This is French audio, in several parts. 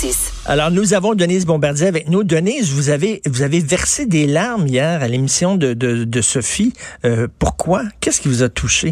6. Alors, nous avons Denise Bombardier avec nous. Denise, vous avez versé des larmes hier à l'émission de Sophie. Pourquoi? Qu'est-ce qui vous a touché?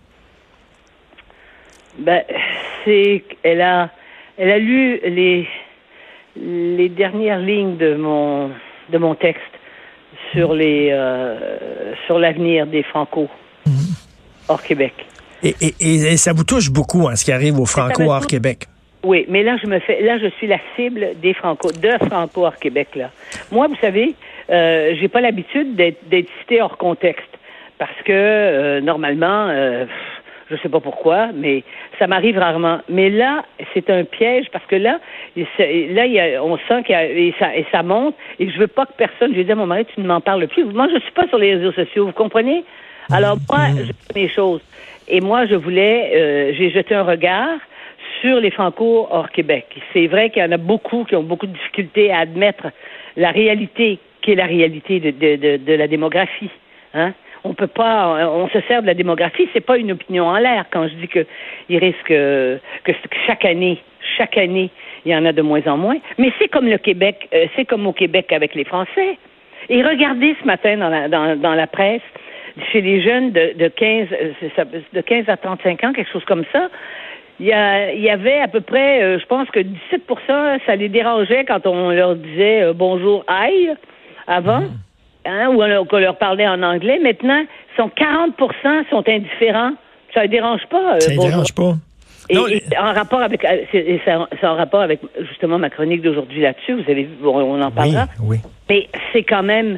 Elle a lu les dernières lignes de mon texte sur l'avenir des Franco hors Québec. Et ça vous touche beaucoup, ce qui arrive aux Franco hors Québec. Oui, mais là je suis la cible de Franco hors Québec, là. Moi, vous savez, j'ai pas l'habitude d'être cité hors contexte. Parce que, normalement, je sais pas pourquoi, mais ça m'arrive rarement. Mais là, c'est un piège parce que là, on sent et ça monte. Et je veux pas que personne, je dis à mon mari, tu ne m'en parles plus. Moi, je suis pas sur les réseaux sociaux, vous comprenez? Alors, moi, je fais mes choses. Et moi, j'ai jeté un regard sur les Franco hors Québec. C'est vrai qu'il y en a beaucoup qui ont beaucoup de difficultés à admettre la réalité, qui est la réalité de la démographie. Hein? On peut pas, on se sert de la démographie, c'est pas une opinion en l'air quand je dis que il risque que chaque année, il y en a de moins en moins. Mais c'est comme le Québec, c'est comme au Québec avec les Français. Et regardez ce matin dans la presse, chez les jeunes de 15 à 35 ans, quelque chose comme ça, il y avait à peu près, je pense que 17%, ça les dérangeait quand on leur disait bonjour, aïe, avant. Ou qu'on leur parlait en anglais. Maintenant, 40% sont indifférents. Ça ne dérange pas. Ça ne dérange pas. Et en rapport avec, c'est en rapport avec justement ma chronique d'aujourd'hui là-dessus. Vous avez vu, on en parlera. Oui. Mais c'est quand même,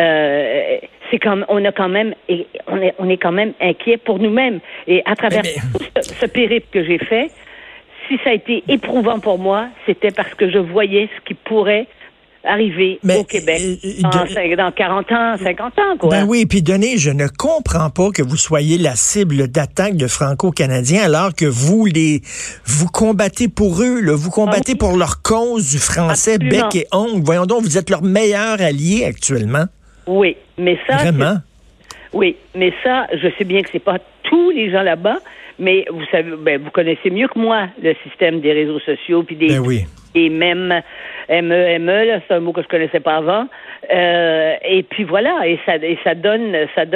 on est quand même inquiet pour nous-mêmes. Et à travers ce périple que j'ai fait, si ça a été éprouvant pour moi, c'était parce que je voyais ce qui pourrait arriver au Québec dans 40 ans, 50 ans, quoi. Ben oui, puis Denis, je ne comprends pas que vous soyez la cible d'attaque de Franco-Canadiens alors que vous combattez pour eux, là, vous combattez pour leur cause du français bec et ongle. Voyons donc, vous êtes leur meilleur allié actuellement. Oui, mais ça... Vraiment? Oui, mais ça, je sais bien que c'est pas tous les gens là-bas, mais vous savez, vous connaissez mieux que moi le système des réseaux sociaux puis et même MEME, là, c'est un mot que je connaissais pas avant. Et puis voilà, et ça donne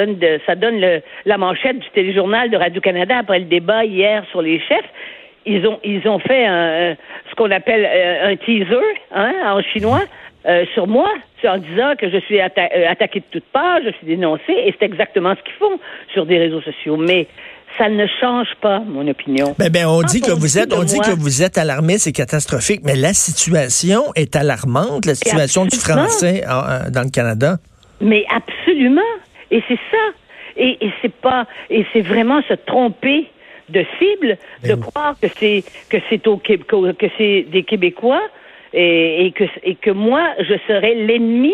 la manchette du téléjournal de Radio-Canada après le débat hier sur les chefs. Ils ont fait ce qu'on appelle un teaser, en chinois, sur moi, en disant que je suis attaqué de toutes parts, je suis dénoncé, et c'est exactement ce qu'ils font sur des réseaux sociaux. Mais ça ne change pas mon opinion. On dit que vous êtes alarmé, c'est catastrophique, mais la situation est alarmante, la situation du français dans le Canada. Mais absolument. Et c'est ça. Et c'est vraiment se tromper de cible, de croire que c'est des Québécois et que moi je serais l'ennemi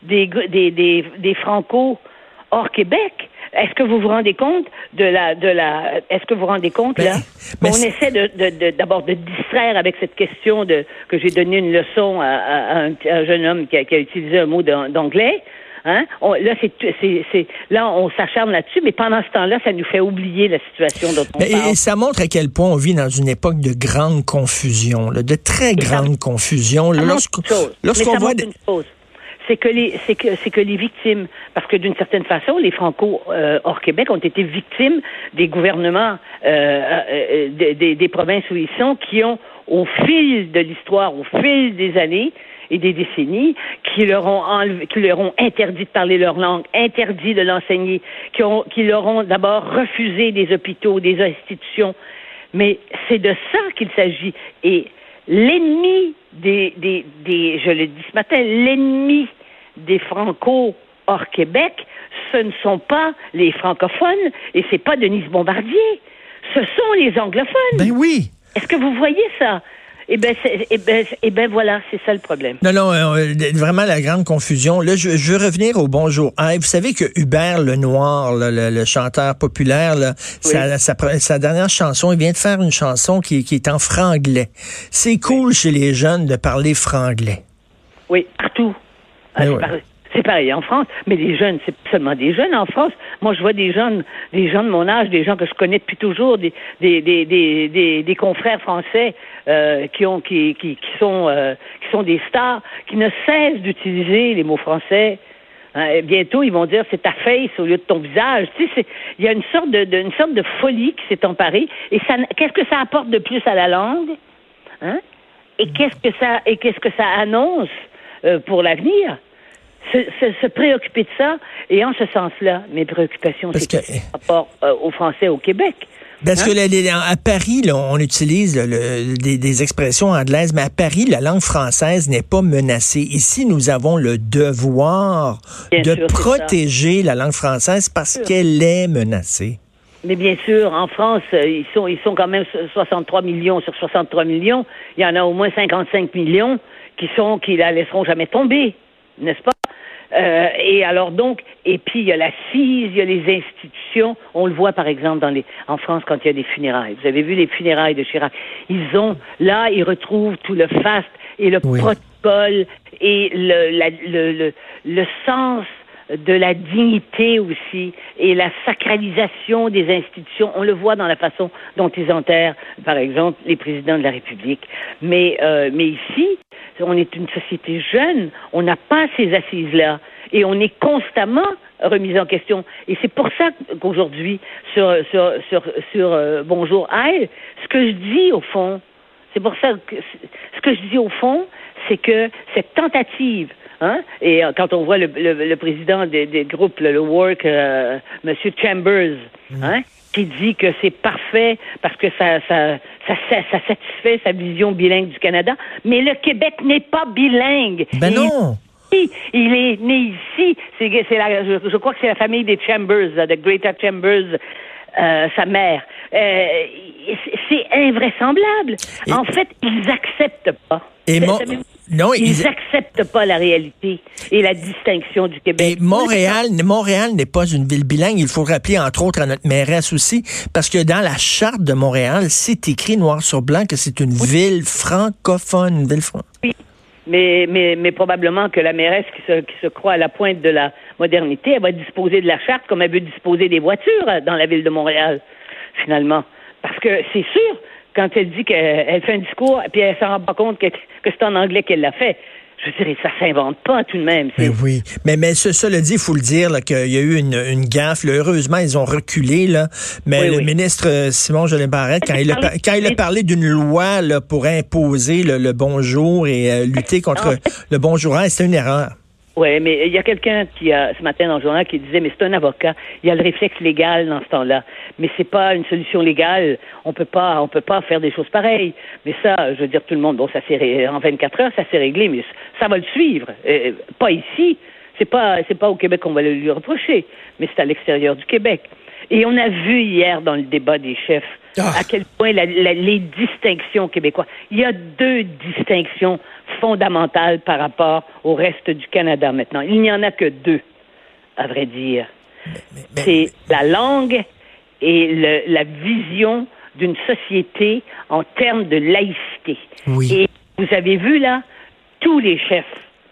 des Franco hors Québec. Est-ce que vous vous rendez compte est-ce que vous vous rendez compte là? On essaie d'abord de distraire avec cette question que j'ai donné une leçon à un jeune homme qui a utilisé un mot d'anglais. Hein? Là, on s'acharne là-dessus, mais pendant ce temps-là, ça nous fait oublier la situation dont on parle. Et ça montre à quel point on vit dans une époque de grande confusion, là, de très grande confusion. Lorsqu'on voit une chose. C'est que les victimes, parce que d'une certaine façon, les Franco hors Québec ont été victimes des gouvernements des provinces où ils sont, qui ont, au fil de l'histoire, au fil des années et des décennies, qui leur ont interdit de parler leur langue, interdit de l'enseigner, qui leur ont d'abord refusé des hôpitaux, des institutions. Mais c'est de ça qu'il s'agit. Et l'ennemi je l'ai dit ce matin, l'ennemi des Franco hors Québec, ce ne sont pas les francophones et c'est pas Denise Bombardier. Ce sont les anglophones. Ben oui. Est-ce que vous voyez ça? Voilà, c'est ça le problème. Non, vraiment la grande confusion. Là, je veux revenir au Bonjour. Vous savez que Hubert Lenoir, le chanteur populaire, là, sa dernière chanson, il vient de faire une chanson qui est en franglais. C'est cool chez les jeunes de parler franglais. Oui, partout. C'est pareil en France, mais les jeunes, c'est seulement des jeunes en France. Moi, je vois des jeunes de mon âge, des gens que je connais depuis toujours, des confrères français qui sont des stars, qui ne cessent d'utiliser les mots français. Bientôt, ils vont dire c'est ta face au lieu de ton visage. Tu sais, il y a une sorte de folie qui s'est emparée. Et qu'est-ce que ça apporte de plus à la langue? Hein? Et qu'est-ce que ça annonce pour l'avenir? Se préoccuper de ça, et en ce sens-là, mes préoccupations, c'est par rapport aux Français au Québec. Parce que à Paris, là, on utilise des expressions anglaises, mais à Paris, la langue française n'est pas menacée. Ici, nous avons le devoir de protéger la langue française parce qu'elle est menacée. Mais bien sûr, en France, ils sont quand même 63 millions sur 63 millions. Il y en a au moins 55 millions qui la laisseront jamais tomber, n'est-ce pas? Et alors donc, et puis il y a la CISE, il y a les institutions. On le voit par exemple en France quand il y a des funérailles. Vous avez vu les funérailles de Chirac. Ils retrouvent tout le faste et le protocole et le sens de la dignité aussi et la sacralisation des institutions. On le voit dans la façon dont ils enterrent, par exemple, les présidents de la République. Mais ici, on est une société jeune, on n'a pas ces assises-là et on est constamment remis en question. Et c'est pour ça qu'aujourd'hui, sur Bonjour Aïe, ce que je dis au fond, c'est que cette tentative, et quand on voit le président des groupes, le Work, Monsieur Chambers, qui dit que c'est parfait parce que ça satisfait sa vision bilingue du Canada, mais le Québec n'est pas bilingue. Ben non. Il est né ici. Je crois que c'est la famille des Chambers, de Greta Chambers, sa mère. C'est invraisemblable. En fait, ils acceptent pas. Ils acceptent pas la réalité et la distinction du Québec. Et Montréal n'est pas une ville bilingue. Il faut rappeler, entre autres, à notre mairesse aussi, parce que dans la charte de Montréal, c'est écrit noir sur blanc que c'est une ville francophone, Oui. Mais probablement que la mairesse qui se croit à la pointe de la modernité, elle va disposer de la charte comme elle veut disposer des voitures dans la ville de Montréal, finalement. Parce que c'est sûr, quand elle dit qu'elle fait un discours, puis elle s'en rend pas compte que c'est en anglais qu'elle l'a fait. Je dirais, ça s'invente pas tout de même. Mais oui, mais cela dit, il faut le dire qu'il y a eu une gaffe. Là. Heureusement, ils ont reculé. Là. Mais le ministre Simon Jolin Barrette, quand il a parlé d'une loi là, pour imposer le bonjour et lutter contre le bonjour, c'était une erreur. Oui, mais il y a quelqu'un ce matin dans le journal, qui disait, mais c'est un avocat. Il y a le réflexe légal dans ce temps-là. Mais c'est pas une solution légale. On peut pas faire des choses pareilles. Mais ça, je veux dire, tout le monde, ça s'est en 24 heures, ça s'est réglé, mais ça va le suivre. Pas ici. C'est pas au Québec qu'on va le lui reprocher. Mais c'est à l'extérieur du Québec. Et on a vu hier dans le débat des chefs à quel point les distinctions québécoises. Il y a 2 distinctions fondamentales par rapport au reste du Canada maintenant. Il n'y en a que 2, à vrai dire. C'est la langue et la vision d'une société en termes de laïcité. Oui. Et vous avez vu là, tous les chefs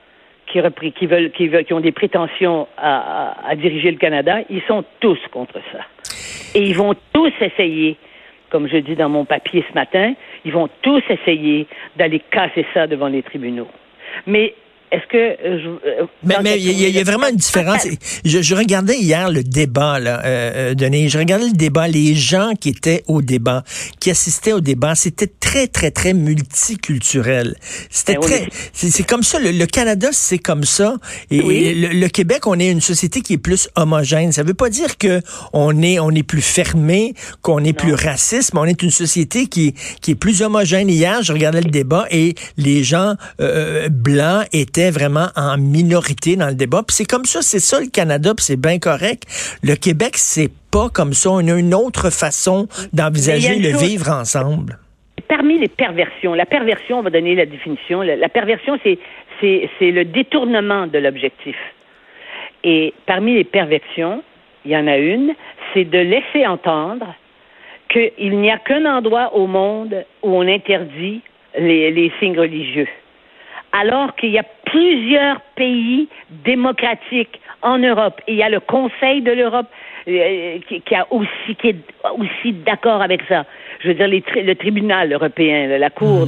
qui ont des prétentions à diriger le Canada, ils sont tous contre ça. Et ils vont tous essayer, comme je dis dans mon papier ce matin, ils vont tous essayer d'aller casser ça devant les tribunaux. Mais est-ce que... Mais il y a vraiment une différence. Je regardais hier le débat, là, Denis. Je regardais le débat. Les gens qui étaient au débat, qui assistaient au débat, c'était très, très, très multiculturel. C'était c'est comme ça. Le Canada, c'est comme ça. Et le Québec, on est une société qui est plus homogène. Ça veut pas dire que on est plus fermé, qu'on est plus raciste, mais on est une société qui est plus homogène. Hier, je regardais le débat et les gens blancs étaient vraiment en minorité dans le débat. Puis c'est comme ça, c'est ça le Canada, puis c'est bien correct. Le Québec, c'est pas comme ça. On a une autre façon d'envisager le vivre ensemble. Parmi les perversions, la perversion, on va donner la définition, la perversion, c'est le détournement de l'objectif. Et parmi les perversions, il y en a une, c'est de laisser entendre qu'il n'y a qu'un endroit au monde où on interdit les signes religieux. Alors qu'il y a plusieurs pays démocratiques en Europe. Et il y a le Conseil de l'Europe qui est aussi d'accord avec ça. Je veux dire, le tribunal européen, la Cour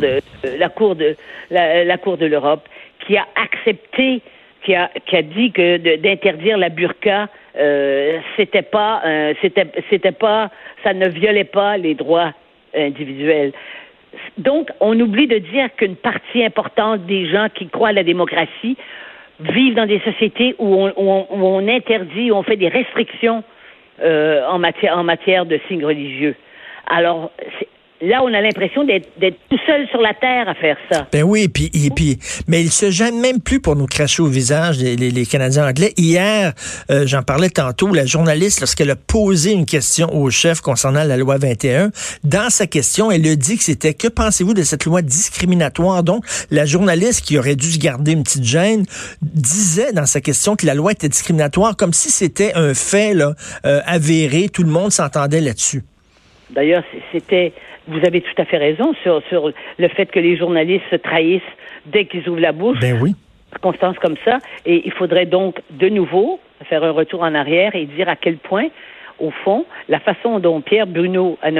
de l'Europe, qui a accepté, qui a dit que d'interdire la burqa, c'était pas, ça ne violait pas les droits individuels. Donc, on oublie de dire qu'une partie importante des gens qui croient à la démocratie vivent dans des sociétés où on interdit, où on fait des restrictions en matière de signes religieux. Alors, là, on a l'impression d'être tout seul sur la terre à faire ça. Ben oui, mais ils se gênent même plus pour nous cracher au visage, les Canadiens anglais. Hier, j'en parlais tantôt, la journaliste, lorsqu'elle a posé une question au chef concernant la loi 21, dans sa question, elle a dit que c'était « Que pensez-vous de cette loi discriminatoire? » Donc, la journaliste, qui aurait dû se garder une petite gêne, disait dans sa question que la loi était discriminatoire, comme si c'était un fait là, avéré, tout le monde s'entendait là-dessus. D'ailleurs, vous avez tout à fait raison sur le fait que les journalistes se trahissent dès qu'ils ouvrent la bouche. Ben oui. Circonstances comme ça. Et il faudrait donc, de nouveau, faire un retour en arrière et dire à quel point, au fond, la façon dont Pierre Bruno a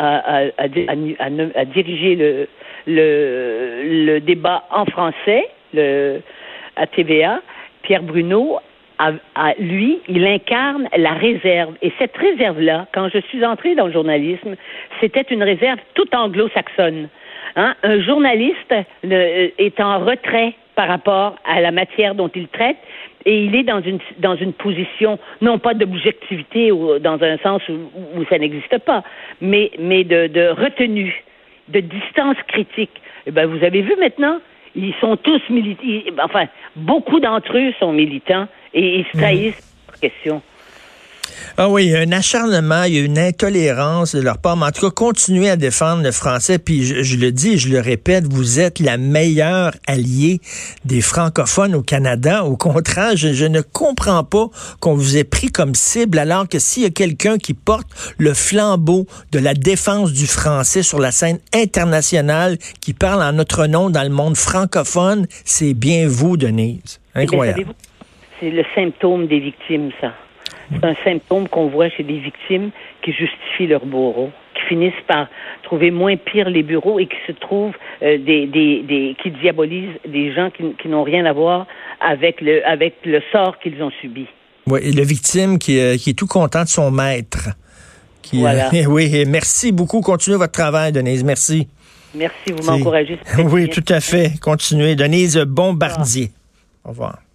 dirigé le débat en français à TVA, Pierre Bruno, lui, il incarne la réserve. Et cette réserve-là, quand je suis entrée dans le journalisme, c'était une réserve toute anglo-saxonne. Hein? Un journaliste est en retrait par rapport à la matière dont il traite, et il est dans une position, non pas d'objectivité ou dans un sens où ça n'existe pas, mais de retenue, de distance critique. Eh ben, vous avez vu maintenant, ils sont tous militants, enfin, beaucoup d'entre eux sont militants, et ils se trahissent par question. Ah oui, il y a un acharnement, il y a une intolérance de leur part, mais en tout cas, continuez à défendre le français, puis je le dis et je le répète, vous êtes la meilleure alliée des francophones au Canada. Au contraire, je ne comprends pas qu'on vous ait pris comme cible, alors que s'il y a quelqu'un qui porte le flambeau de la défense du français sur la scène internationale, qui parle en notre nom dans le monde francophone, c'est bien vous, Denise. Incroyable. Savez-vous, c'est le symptôme des victimes, ça. C'est un symptôme qu'on voit chez des victimes qui justifient leur bourreau, qui finissent par trouver moins pire les bourreaux et qui se trouvent qui diabolisent des gens qui n'ont rien à voir avec le sort qu'ils ont subi. Oui, et le victime qui est tout content de son maître. Voilà. Oui, merci beaucoup. Continuez votre travail, Denise. Merci. Merci, vous m'encouragez. Oui, tout à fait. Continuez. Denise Bombardier. Au revoir.